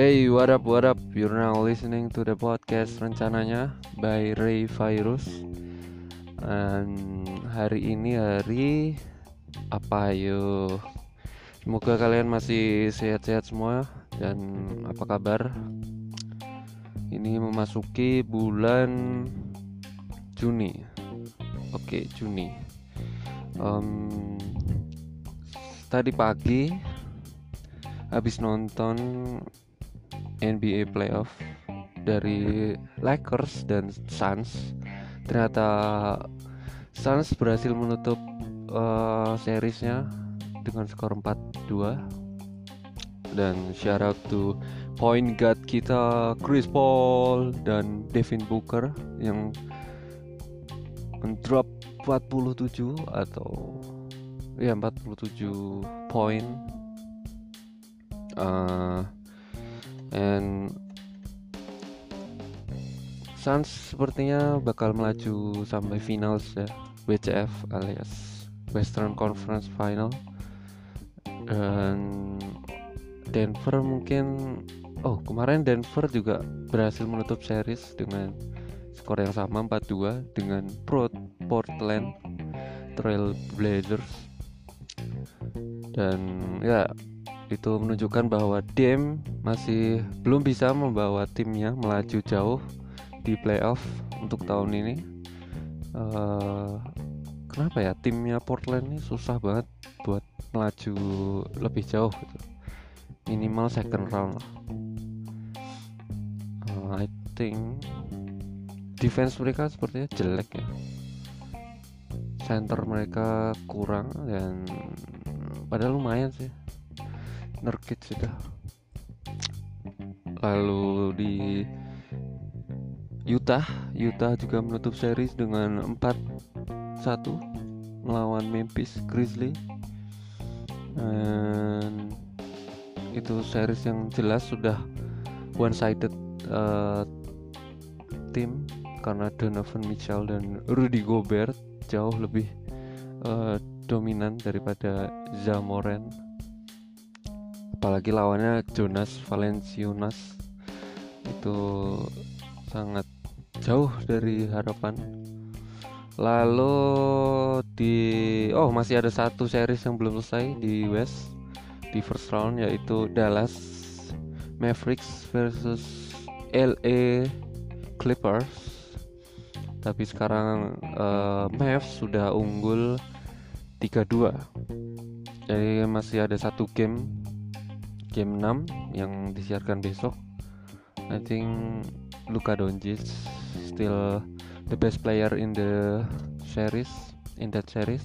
Hey, what up, what up? You're now listening to the podcast rencananya by Ray Virus. Dan hari ini hari apa ayo? Semoga kalian masih sehat-sehat semua. Dan apa kabar? Ini memasuki bulan Juni. Oke, Juni. Tadi pagi habis nonton NBA playoff dari Lakers dan Suns. Ternyata Suns berhasil menutup seriesnya dengan skor 4-2. Dan shout out to point guard kita Chris Paul dan Devin Booker yang mendrop 47 atau 47 poin. And Suns sepertinya bakal melaju sampai finals ya, WCF alias Western Conference Final. Dan Denver mungkin kemarin Denver juga berhasil menutup series dengan skor yang sama 4-2 dengan Portland Trail Blazers. Dan ya, itu menunjukkan bahwa Dame masih belum bisa membawa timnya melaju jauh di playoff untuk tahun ini. Kenapa ya timnya Portland ini susah banget buat melaju lebih jauh gitu. Minimal second round lah. I think defense mereka sepertinya jelek ya. Center mereka kurang dan padahal lumayan sih. Nurkic sudah. Lalu di Utah juga menutup series dengan 4-1 melawan Memphis Grizzlies. Dan itu series yang jelas sudah one-sided tim karena Donovan Mitchell dan Rudy Gobert jauh lebih dominan daripada Ja Morant. Apalagi lawannya Jonas Valanciunas itu sangat jauh dari harapan. Lalu masih ada satu series yang belum selesai di West di first round, yaitu Dallas Mavericks versus LA Clippers. Tapi sekarang Mavs sudah unggul 3-2. Jadi masih ada satu game 6 yang disiarkan besok. I think Luka Doncic still the best player in that series.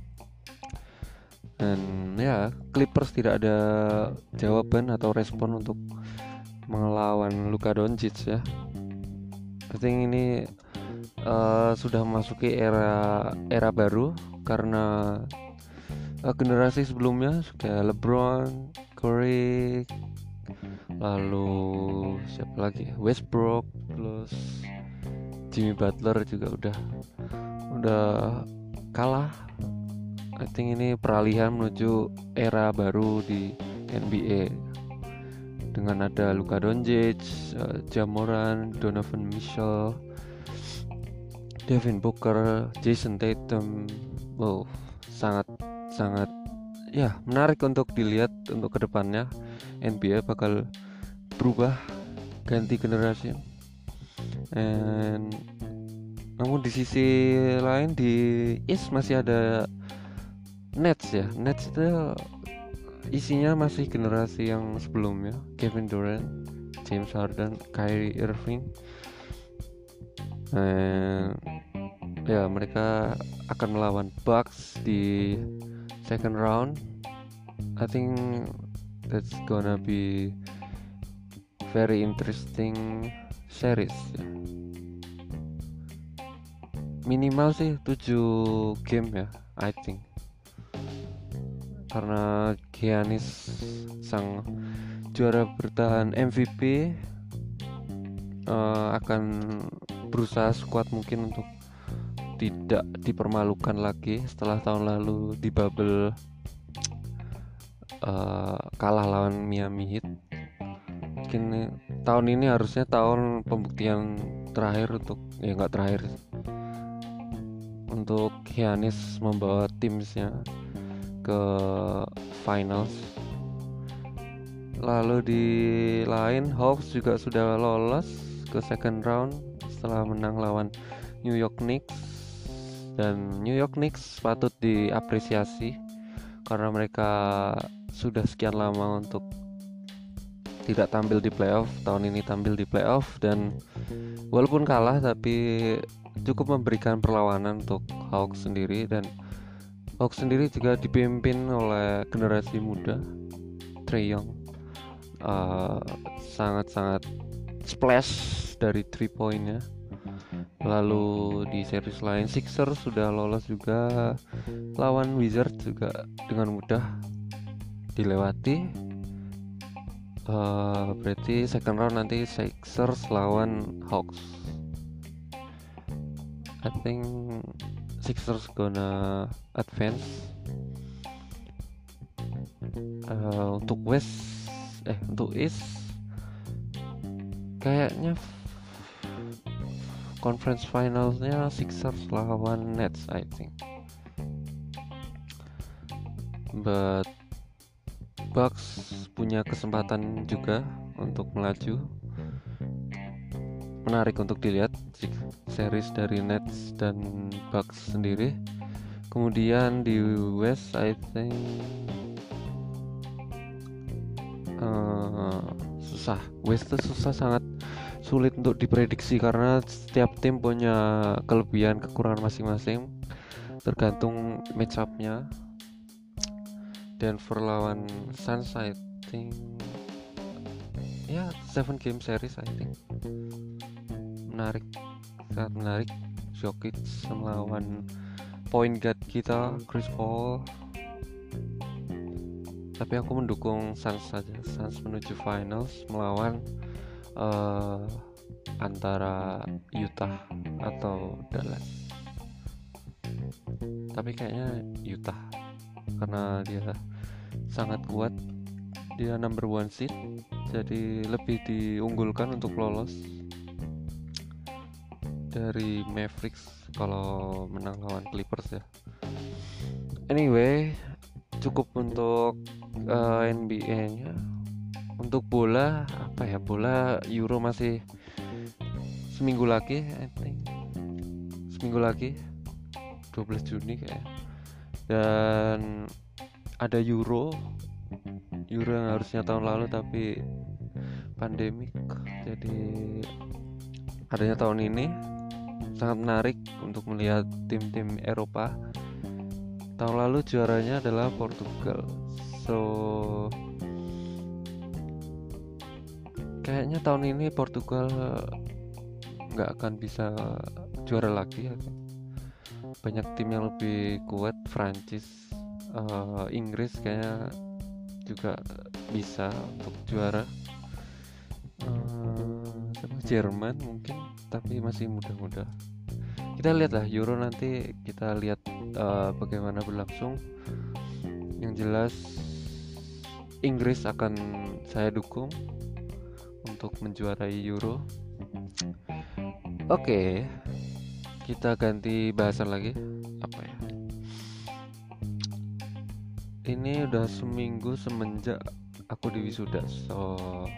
Dan ya, Clippers tidak ada jawaban atau respon untuk melawan Luka Doncic ya. I think ini sudah memasuki era baru karena generasi sebelumnya kayak LeBron, Curry, lalu siapa lagi, Westbrook, plus Jimmy Butler juga udah kalah. I think ini peralihan menuju era baru di NBA dengan ada Luka Doncic, Ja Morant, Donovan Mitchell, Devin Booker, Jason Tatum. Wow, sangat ya menarik untuk dilihat untuk kedepannya. NBA bakal berubah, ganti generasi. Namun di sisi lain di East masih ada Nets ya. Nets itu isinya masih generasi yang sebelumnya, Kevin Durant, James Harden, Kyrie Irving. Ya, mereka akan melawan Bucks di second round. I think that's gonna be very interesting series ya. Minimal sih 7 game ya, I think. Karena Giannis sang juara bertahan MVP akan berusaha sekuat mungkin untuk tidak dipermalukan lagi setelah tahun lalu di bubble kalah lawan Miami Heat. mungkin tahun ini harusnya tahun pembuktian terakhir untuk nggak terakhir untuk Giannis membawa timnya ke finals. Lalu di lain, Hawks juga sudah lolos ke second round setelah menang lawan New York Knicks. Dan New York Knicks patut diapresiasi karena mereka sudah sekian lama untuk tidak tampil di playoff. Tahun ini tampil di playoff dan walaupun kalah tapi cukup memberikan perlawanan untuk Hawks sendiri. Dan Hawks sendiri juga dipimpin oleh generasi muda, Trae Young. Sangat-sangat splash dari 3 poinnya. Lalu di series lain Sixers sudah lolos juga lawan Wizards juga dengan mudah dilewati. Berarti second round nanti Sixers lawan Hawks. I think Sixers gonna advance. Untuk untuk East kayaknya conference finalsnya Sixers lawan Nets I think, but Bucks punya kesempatan juga untuk melaju. Menarik untuk dilihat series dari Nets dan Bucks sendiri. Kemudian di West I think susah. West itu sangat sulit untuk diprediksi karena setiap tim punya kelebihan kekurangan masing-masing tergantung match-up-nya. Denver lawan Suns I think 7 game series I think menarik, sangat menarik. Jokic melawan point guard kita Chris Paul, tapi aku mendukung Suns saja. Suns menuju finals melawan antara Utah atau Dallas, tapi kayaknya Utah karena dia sangat kuat, dia number 1 seed, jadi lebih diunggulkan untuk lolos dari Mavericks kalau menang lawan Clippers ya. Anyway, cukup untuk NBA-nya. Untuk bola bola Euro masih seminggu lagi I think. Seminggu lagi 12 Juni kayak. Dan ada Euro yang harusnya tahun lalu tapi pandemik, jadi adanya tahun ini. Sangat menarik untuk melihat tim-tim Eropa. Tahun lalu juaranya adalah Portugal, so kayaknya tahun ini Portugal nggak akan bisa juara lagi ya. Banyak tim yang lebih kuat, Prancis, Inggris kayaknya juga bisa untuk juara. Jerman mungkin, tapi masih muda-muda. Kita lihat lah Euro nanti, kita lihat bagaimana berlangsung. Yang jelas Inggris akan saya dukung untuk menjuarai Euro. Oke, kita ganti bahasan lagi. Apa ya? Ini udah seminggu semenjak aku di wisuda, so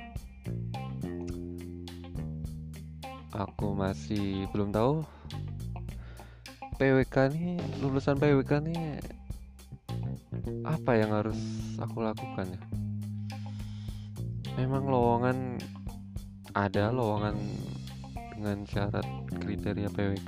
aku masih belum tahu PWK nih, lulusan PWK nih apa yang harus aku lakukan ya. Memang ada lowongan dengan syarat kriteria PWK,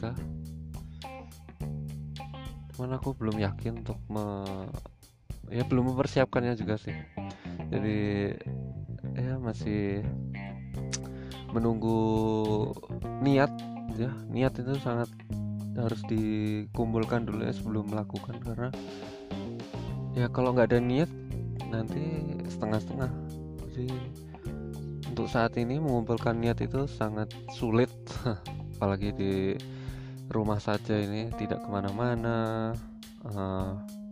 cuman aku belum yakin untuk belum mempersiapkannya juga sih. Jadi masih menunggu niat ya. Niat itu sangat harus dikumpulkan dulu ya sebelum melakukan, karena ya kalau nggak ada niat nanti setengah-setengah. Jadi untuk saat ini mengumpulkan niat itu sangat sulit apalagi di rumah saja ini, tidak kemana-mana.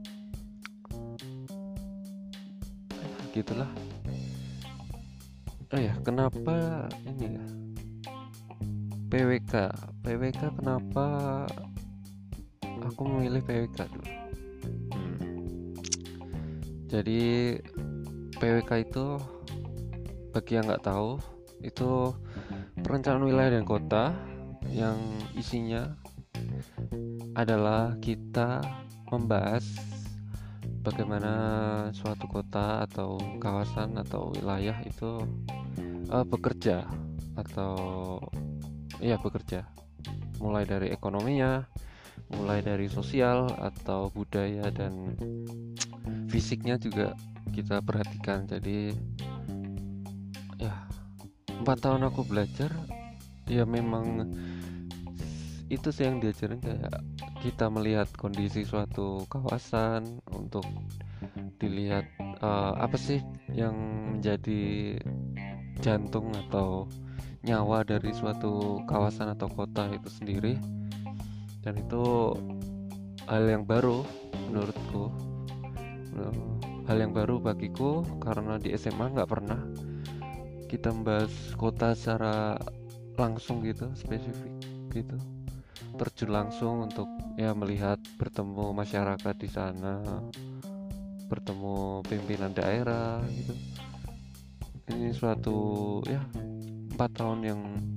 Gitulah. Oh ya, kenapa ini ya? PWK. PWK kenapa aku memilih PWK dulu? Hmm. Jadi PWK itu bagi yang nggak tahu itu perencanaan wilayah dan kota yang isinya adalah kita membahas bagaimana suatu kota atau kawasan atau wilayah itu bekerja atau bekerja, mulai dari ekonominya, mulai dari sosial atau budaya dan fisiknya juga kita perhatikan. Jadi ya 4 tahun aku belajar, ya memang itu sih yang diajarin, kayak kita melihat kondisi suatu kawasan untuk dilihat apa sih yang menjadi jantung atau nyawa dari suatu kawasan atau kota itu sendiri. Dan itu hal yang baru menurutku, hal yang baru bagiku, karena di SMA nggak pernah kita membahas kota secara langsung gitu, spesifik gitu, terjun langsung untuk ya melihat, bertemu masyarakat di sana, bertemu pimpinan daerah gitu. Ini suatu 4 tahun yang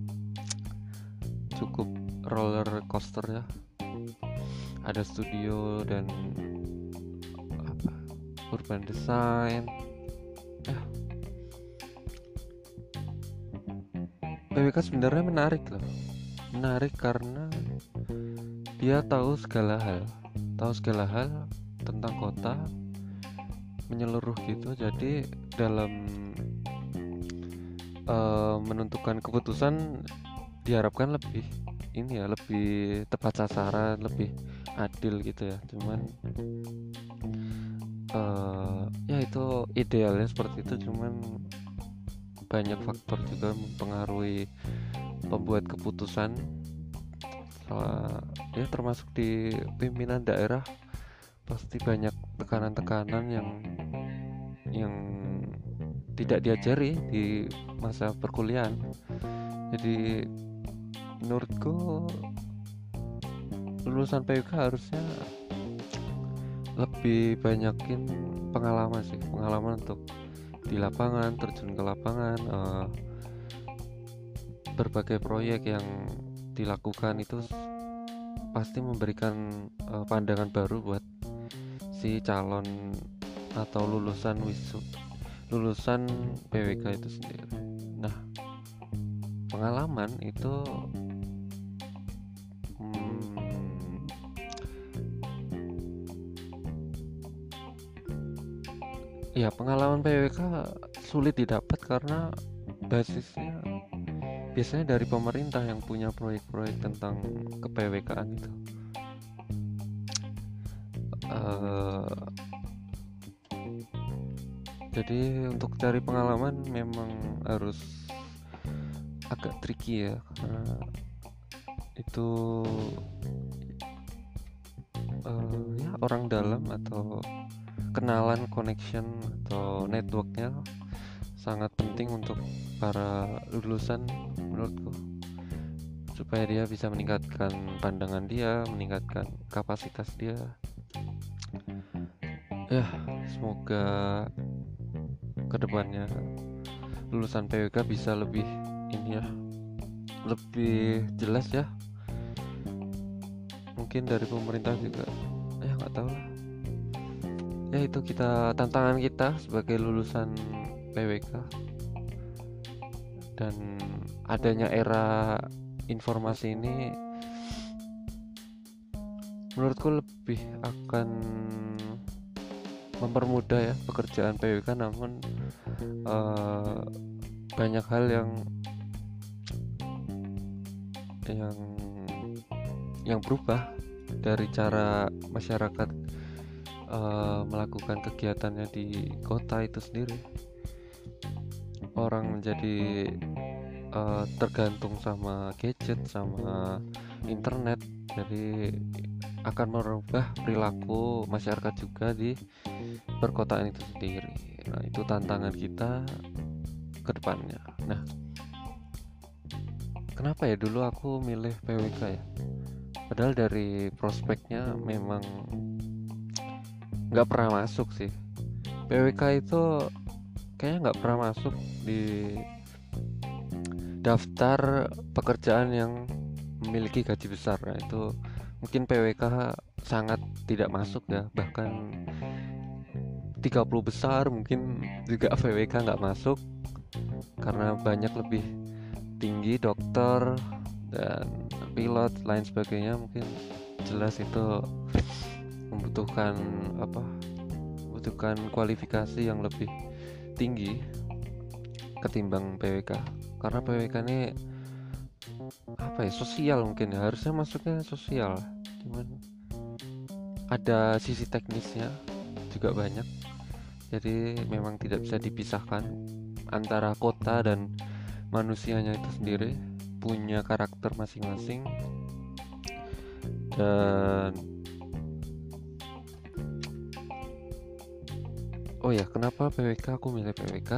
cukup roller coaster ya. Ada studio dan urban design. PWK sebenarnya menarik karena dia tahu segala hal tentang kota menyeluruh gitu. Jadi dalam menentukan keputusan diharapkan lebih tepat sasaran, lebih adil gitu ya. Cuman itu idealnya seperti itu, cuman banyak faktor juga mempengaruhi pembuat keputusan, termasuk di pimpinan daerah. Pasti banyak tekanan-tekanan yang tidak diajari di masa perkuliahan. Jadi menurutku lulusan PWK harusnya lebih banyakin pengalaman untuk di lapangan, terjun ke lapangan. Berbagai proyek yang dilakukan itu pasti memberikan pandangan baru buat si calon atau lulusan PWK itu sendiri. Nah, pengalaman itu pengalaman PWK sulit didapat karena basisnya biasanya dari pemerintah yang punya proyek-proyek tentang ke-PWK-an itu. Jadi untuk cari pengalaman memang harus agak tricky ya, karena itu orang dalam atau kenalan, connection atau networknya sangat penting untuk para lulusan menurutku, supaya dia bisa meningkatkan pandangan dia, meningkatkan kapasitas dia. Semoga kedepannya lulusan PWK bisa lebih jelas ya. Mungkin dari pemerintah juga nggak tahu lah. Itu tantangan kita sebagai lulusan PWK. Dan adanya era informasi ini menurutku lebih akan mempermudah ya pekerjaan PWK, namun banyak hal yang berubah dari cara masyarakat melakukan kegiatannya di kota itu sendiri. Orang menjadi tergantung sama gadget, sama internet, jadi akan merubah perilaku masyarakat juga di perkotaan itu sendiri. Nah, itu tantangan kita ke depannya. Nah, kenapa ya dulu aku milih PWK ya? Padahal dari prospeknya memang nggak pernah masuk sih. PWK itu kayaknya nggak pernah masuk di daftar pekerjaan yang memiliki gaji besar. Nah, itu mungkin PWK sangat tidak masuk ya, bahkan 30 besar mungkin juga PWK nggak masuk karena banyak lebih tinggi dokter dan pilot lain sebagainya. Mungkin jelas itu membutuhkan membutuhkan kualifikasi yang lebih tinggi ketimbang PWK, karena PWK ini sosial, mungkin ya, harusnya masuknya sosial, cuman ada sisi teknisnya juga banyak, jadi memang tidak bisa dipisahkan antara kota dan manusianya itu sendiri, punya karakter masing-masing. Dan kenapa PWK, aku milih PWK?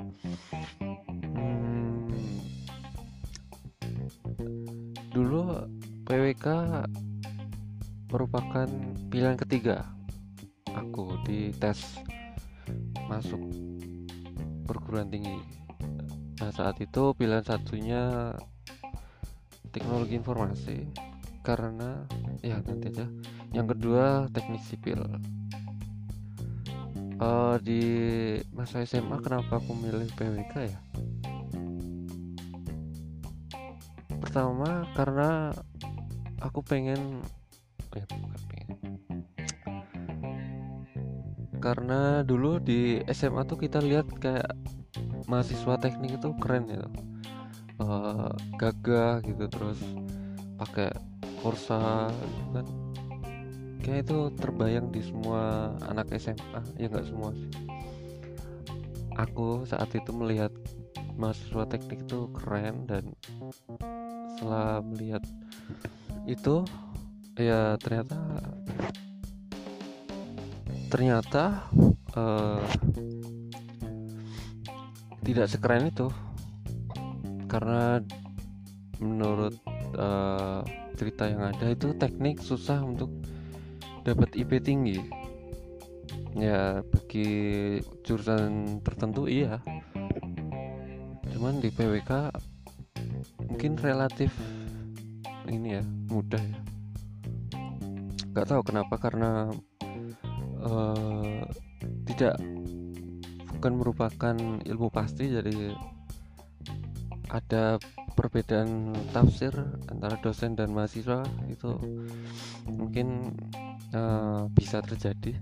Dulu PWK merupakan pilihan ketiga aku di tes masuk perguruan tinggi. Nah, saat itu pilihan satunya teknologi informasi, karena ya nanti aja. Yang kedua teknik sipil. Di masa SMA kenapa aku milih PWK ya? Pertama karena aku karena dulu di SMA tuh kita lihat kayak mahasiswa teknik itu keren gitu, gagah gitu, terus pakai Corsa gitu kan, kayak itu terbayang di semua anak SMA. Ya nggak semua sih, aku saat itu melihat mahasiswa teknik itu keren, dan setelah melihat itu ya ternyata tidak sekeren itu, karena menurut cerita yang ada itu teknik susah untuk dapat IP tinggi ya, bagi jurusan tertentu iya, cuman di PWK mungkin relatif ini ya, mudah ya, nggak tahu kenapa, karena bukan merupakan ilmu pasti, jadi ada perbedaan tafsir antara dosen dan mahasiswa, itu mungkin bisa terjadi,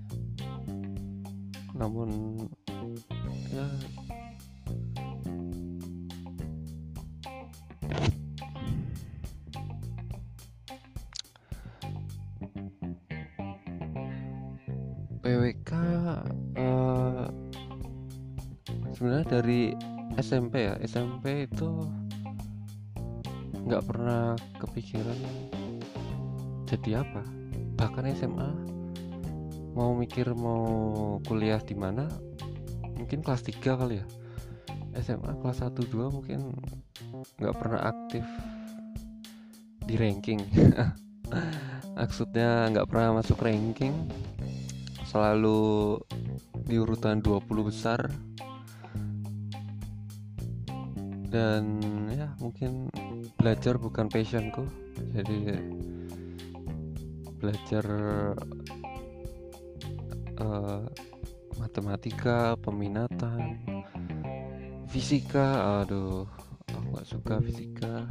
namun ya PWK sebenarnya dari SMP itu nggak pernah kepikiran jadi apa, bahkan SMA mau mikir mau kuliah di mana mungkin kelas 3 kali ya. SMA kelas 1-2 mungkin nggak pernah aktif di ranking maksudnya nggak pernah masuk ranking, selalu di urutan 20 besar. Dan ya mungkin belajar bukan passionku, jadi belajar matematika, peminatan, fisika, aduh aku gak suka fisika.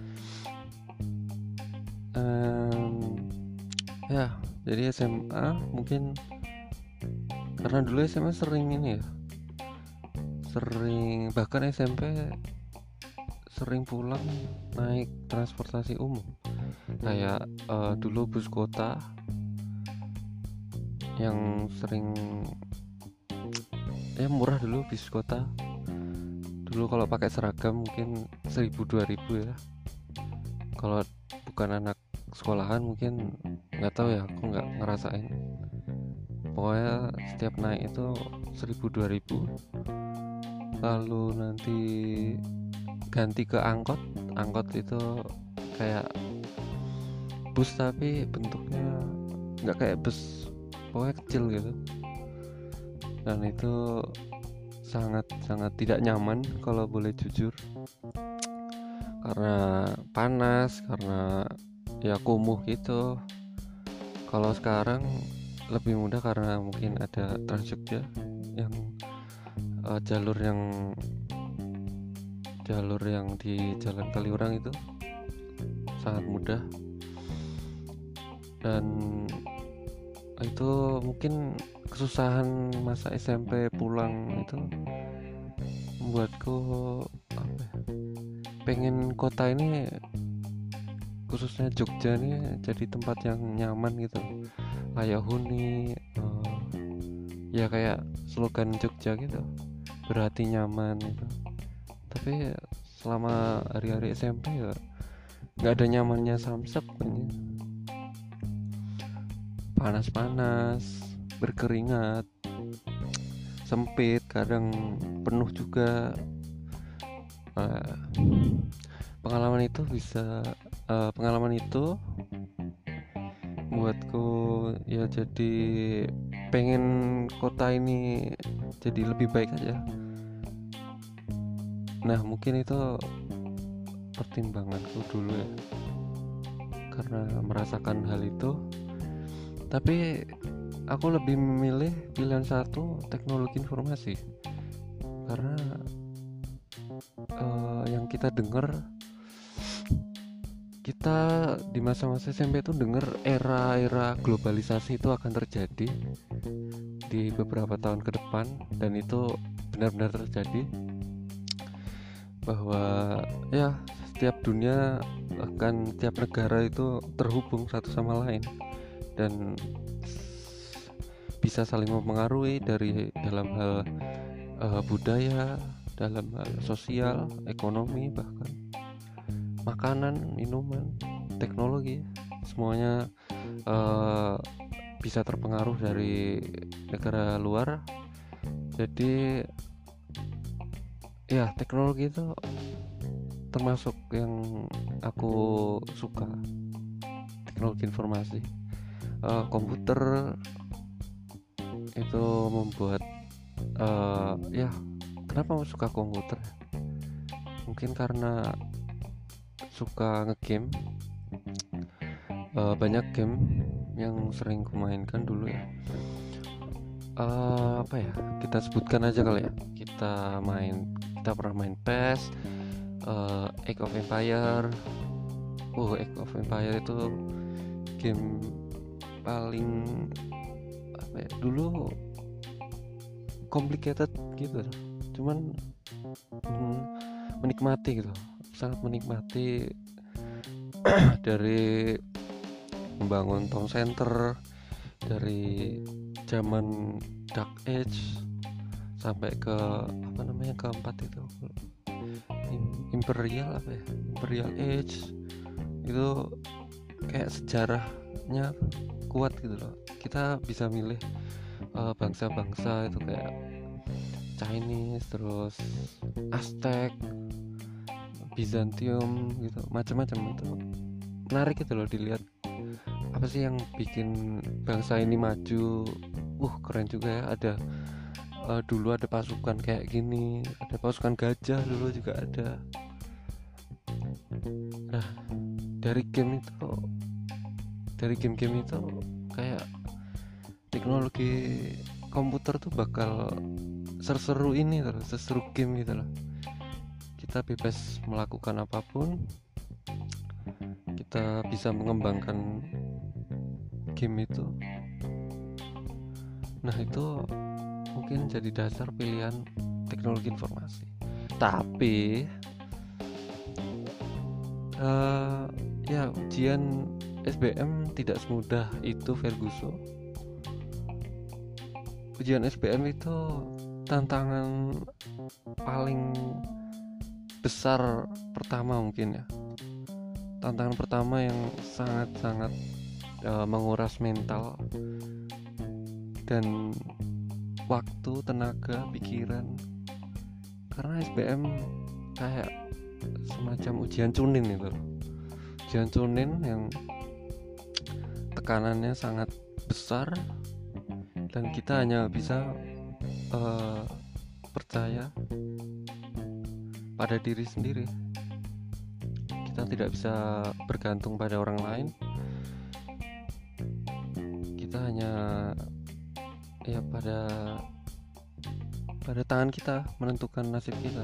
Ya jadi SMA mungkin karena dulu SMA sering bahkan SMP sering pulang naik transportasi umum, kayak dulu bus kota yang sering murah dulu, bis kota dulu kalau pakai seragam mungkin 1.000-2.000 ya, kalau bukan anak sekolahan mungkin nggak tahu ya, aku nggak ngerasain, pokoknya setiap naik itu 1.000-2.000. lalu nanti ganti ke angkot. Angkot itu kayak bus tapi bentuknya nggak kayak bus, pokoknya kecil gitu, dan itu sangat sangat tidak nyaman kalau boleh jujur, karena panas, karena ya kumuh gitu. Kalau sekarang lebih mudah karena mungkin ada Trans Jogja yang jalur yang di Jalan Kaliurang itu sangat mudah, dan itu mungkin kesusahan masa SMP pulang itu membuatku apa ya, pengen kota ini, khususnya Jogja ini jadi tempat yang nyaman gitu, kayak huni, ya kayak slogan Jogja gitu, berarti nyaman gitu. Tapi selama hari-hari SMP ya nggak ada nyamannya samsek, panas-panas, berkeringat, sempit, kadang penuh juga. Eh, pengalaman itu buatku ya jadi pengen kota ini jadi lebih baik aja. Nah, mungkin itu pertimbanganku dulu ya, karena merasakan hal itu. Tapi aku lebih memilih pilihan satu, teknologi informasi, karena yang kita dengar, kita di masa-masa SMP itu dengar era globalisasi itu akan terjadi di beberapa tahun ke depan, dan itu benar-benar terjadi, bahwa ya setiap dunia, bahkan tiap negara itu terhubung satu sama lain dan bisa saling mempengaruhi dari dalam hal budaya, dalam hal sosial, ekonomi, bahkan makanan, minuman, teknologi, semuanya bisa terpengaruh dari negara luar. Jadi ya teknologi itu termasuk yang aku suka, teknologi informasi. Komputer itu membuat ya kenapa suka komputer, mungkin karena suka ngegame. Banyak game yang sering kumainkan dulu ya. Apa ya, kita sebutkan aja kali ya. Kita pernah main PES, Age of Empire. Age of Empire itu game paling apa ya, dulu complicated gitu, cuman menikmati gitu, sangat menikmati. Dari membangun town center dari zaman Dark Age sampai ke apa namanya, keempat itu Imperial Age, itu kayak sejarahnya kuat gitu loh. Kita bisa milih bangsa-bangsa itu kayak Chinese, terus Aztec, Byzantium gitu, macam-macam. Itu menarik gitu loh dilihat, apa sih yang bikin bangsa ini maju. Keren juga ya, ada dulu ada pasukan kayak gini, ada pasukan gajah dulu juga ada. Nah, dari game-game itu kayak teknologi komputer tuh bakal seseru ini loh, seseru game gitu loh. Kita bebas melakukan apapun, kita bisa mengembangkan game itu. Nah, itu mungkin jadi dasar pilihan teknologi informasi. Tapi ya ujian SBM tidak semudah itu, Ferguson. Ujian SBM itu tantangan paling besar pertama mungkin ya. Tantangan pertama yang sangat-sangat menguras mental dan waktu, tenaga, pikiran, karena SBM kayak semacam ujian cunin itu, ujian cunin yang tekanannya sangat besar dan kita hanya bisa percaya pada diri sendiri. Kita tidak bisa bergantung pada orang lain. Kita hanya ya pada tangan kita menentukan nasib kita.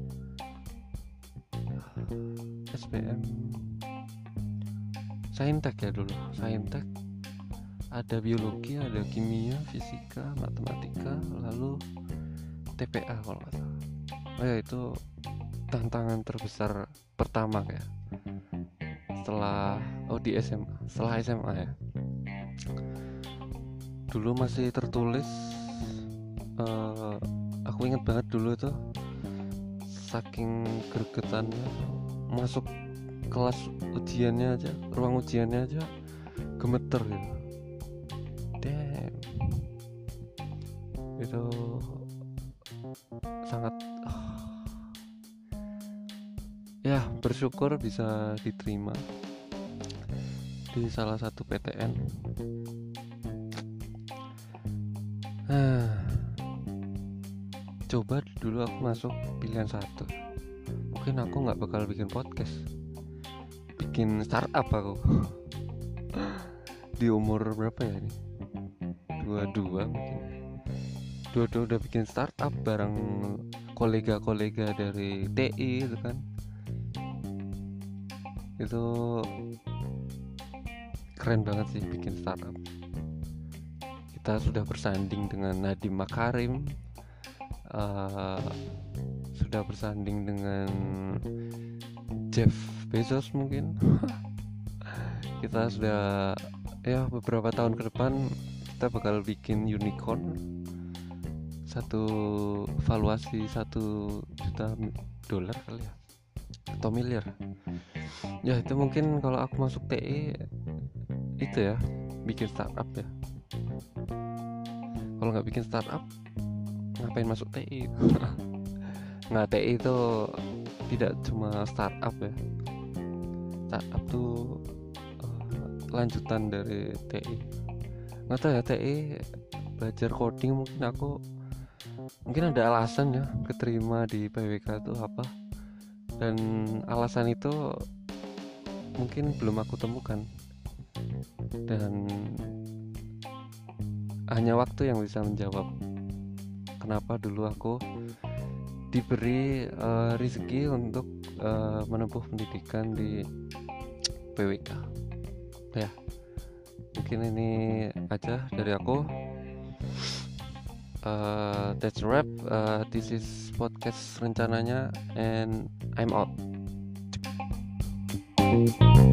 SBM Saintek ya dulu, Saintek ada biologi, ada kimia, fisika, matematika, lalu TPA kalau nggak salah. Ya itu tantangan terbesar pertama kayak setelah di SMA, setelah SMA ya. Dulu masih tertulis, aku ingat banget dulu tuh saking gregetannya masuk kelas ujiannya aja, ruang ujiannya aja gemeter gitu. Damn, itu sangat ya bersyukur bisa diterima di salah satu PTN. Coba dulu aku masuk pilihan satu, mungkin aku nggak bakal bikin podcast, bikin startup aku. Di umur berapa ya ini, 22 mungkin, 22 udah bikin startup bareng kolega-kolega dari TI itu kan. Itu keren banget sih bikin startup. Kita sudah bersanding dengan Nadiem Makarim, sudah bersanding dengan Jeff Bezos mungkin. Kita sudah ya beberapa tahun ke depan kita bakal bikin unicorn, satu valuasi $1 juta kali ya, atau miliar ya. Itu mungkin kalau aku masuk TI itu ya, bikin startup ya. Kalau nggak bikin startup ngapain masuk TI? Nggak, TI itu tidak cuma startup ya. Startup tuh lanjutan dari TI. Nggak tahu ya, TI belajar coding mungkin ada alasan ya keterima di PWK itu apa, dan alasan itu mungkin belum aku temukan, dan hanya waktu yang bisa menjawab kenapa dulu aku diberi rezeki untuk menempuh pendidikan di PWK. Ya, mungkin ini aja dari aku. That's a wrap. This is podcast rencananya, and I'm out.